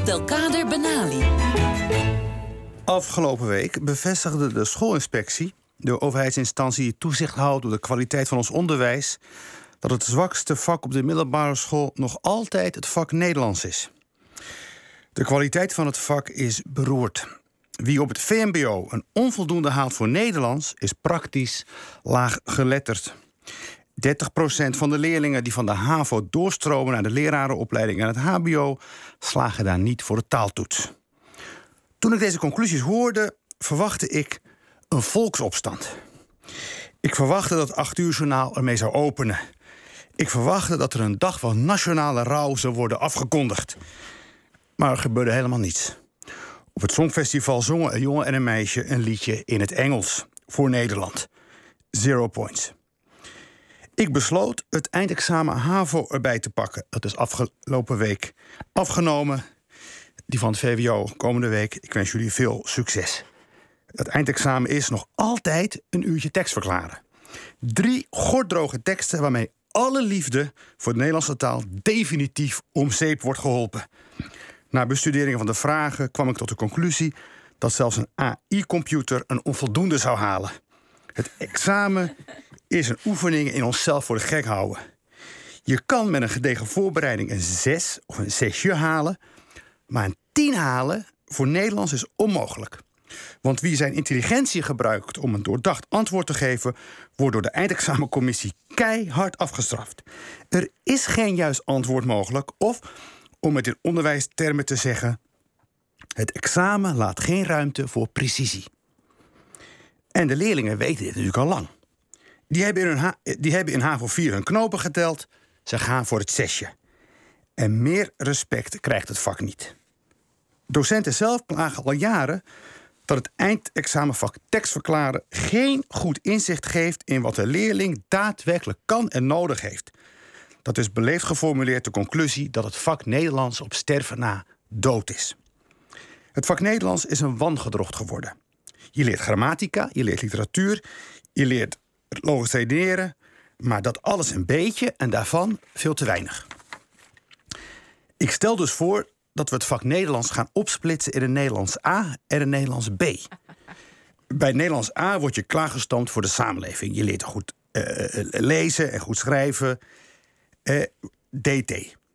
Abdelkader Benali. Afgelopen week bevestigde de schoolinspectie, de overheidsinstantie die toezicht houdt op de kwaliteit van ons onderwijs, dat het zwakste vak op de middelbare school nog altijd het vak Nederlands is. De kwaliteit van het vak is beroerd. Wie op het VMBO een onvoldoende haalt voor Nederlands is praktisch laaggeletterd. 30% van de leerlingen die van de HAVO doorstromen naar de lerarenopleiding en het HBO slagen daar niet voor de taaltoets. Toen ik deze conclusies hoorde, verwachtte ik een volksopstand. Ik verwachtte dat het 8-uur-journaal ermee zou openen. Ik verwachtte dat er een dag van nationale rouw zou worden afgekondigd. Maar er gebeurde helemaal niets. Op het Songfestival zongen een jongen en een meisje een liedje in het Engels voor Nederland. 0 points. Ik besloot het eindexamen HAVO erbij te pakken. Dat is afgelopen week afgenomen. Die van het VWO komende week. Ik wens jullie veel succes. Het eindexamen is nog altijd een uurtje tekst verklaren. 3 gorddroge teksten waarmee alle liefde voor de Nederlandse taal definitief om zeep wordt geholpen. Na bestudering van de vragen kwam ik tot de conclusie dat zelfs een AI-computer een onvoldoende zou halen. Het examen is een oefening in onszelf voor de gek houden. Je kan met een gedegen voorbereiding een 6 of een 6 halen, maar een 10 halen voor Nederlands is onmogelijk. Want wie zijn intelligentie gebruikt om een doordacht antwoord te geven, wordt door de eindexamencommissie keihard afgestraft. Er is geen juist antwoord mogelijk, of om het in onderwijstermen te zeggen, het examen laat geen ruimte voor precisie. En de leerlingen weten dit natuurlijk al lang. Die hebben in HAVO 4 hun knopen geteld. Ze gaan voor het 6. En meer respect krijgt het vak niet. Docenten zelf klagen al jaren dat het eindexamenvak tekst verklaren geen goed inzicht geeft in wat de leerling daadwerkelijk kan en nodig heeft. Dat is beleefd geformuleerd de conclusie dat het vak Nederlands op sterven na dood is. Het vak Nederlands is een wangedrocht geworden. Je leert grammatica, je leert literatuur, je leert logisch redeneren, maar dat alles een beetje en daarvan veel te weinig. Ik stel dus voor dat we het vak Nederlands gaan opsplitsen in een Nederlands A en een Nederlands B. Bij Nederlands A word je klaargestoomd voor de samenleving. Je leert goed lezen en goed schrijven. DT.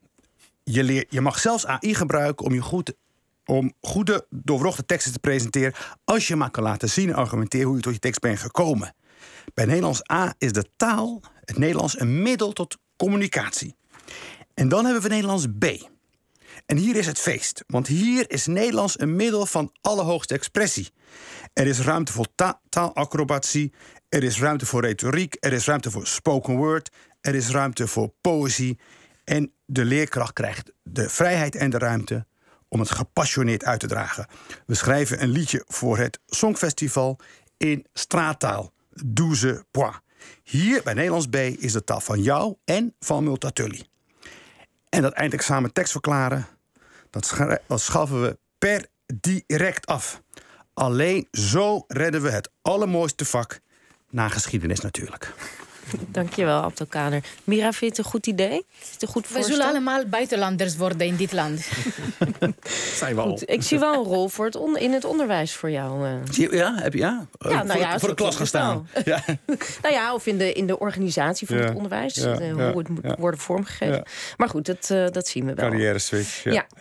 Je mag zelfs AI gebruiken om goede, doorwrochte teksten te presenteren, als je maar kan laten zien en argumenteren hoe je tot je tekst bent gekomen. Bij Nederlands A is de taal, het Nederlands, een middel tot communicatie. En dan hebben we Nederlands B. En hier is het feest, want hier is Nederlands een middel van allerhoogste expressie. Er is ruimte voor taalacrobatie, er is ruimte voor retoriek, er is ruimte voor spoken word, er is ruimte voor poëzie. En de leerkracht krijgt de vrijheid en de ruimte om het gepassioneerd uit te dragen. We schrijven een liedje voor het Songfestival in straattaal. 12 points. Hier bij Nederlands B is de taal van jou en van Multatuli. En dat eindexamen tekst verklaren, dat schaffen we per direct af. Alleen zo redden we het allermooiste vak, na geschiedenis natuurlijk. Dankjewel, Abdelkader. Mira, vind je het een goed idee? Is het een goed voorstel? We zullen allemaal buitenlanders worden in dit land. Zijn we al. Goed, ik zie wel een rol voor in het onderwijs voor jou. Ja, heb je? Ja? Voor de klas gaan staan. Ja. Nou ja, of in de organisatie van het onderwijs. Hoe het moet worden vormgegeven. Ja. Maar goed, dat zien we wel. Carrière switch. Ja.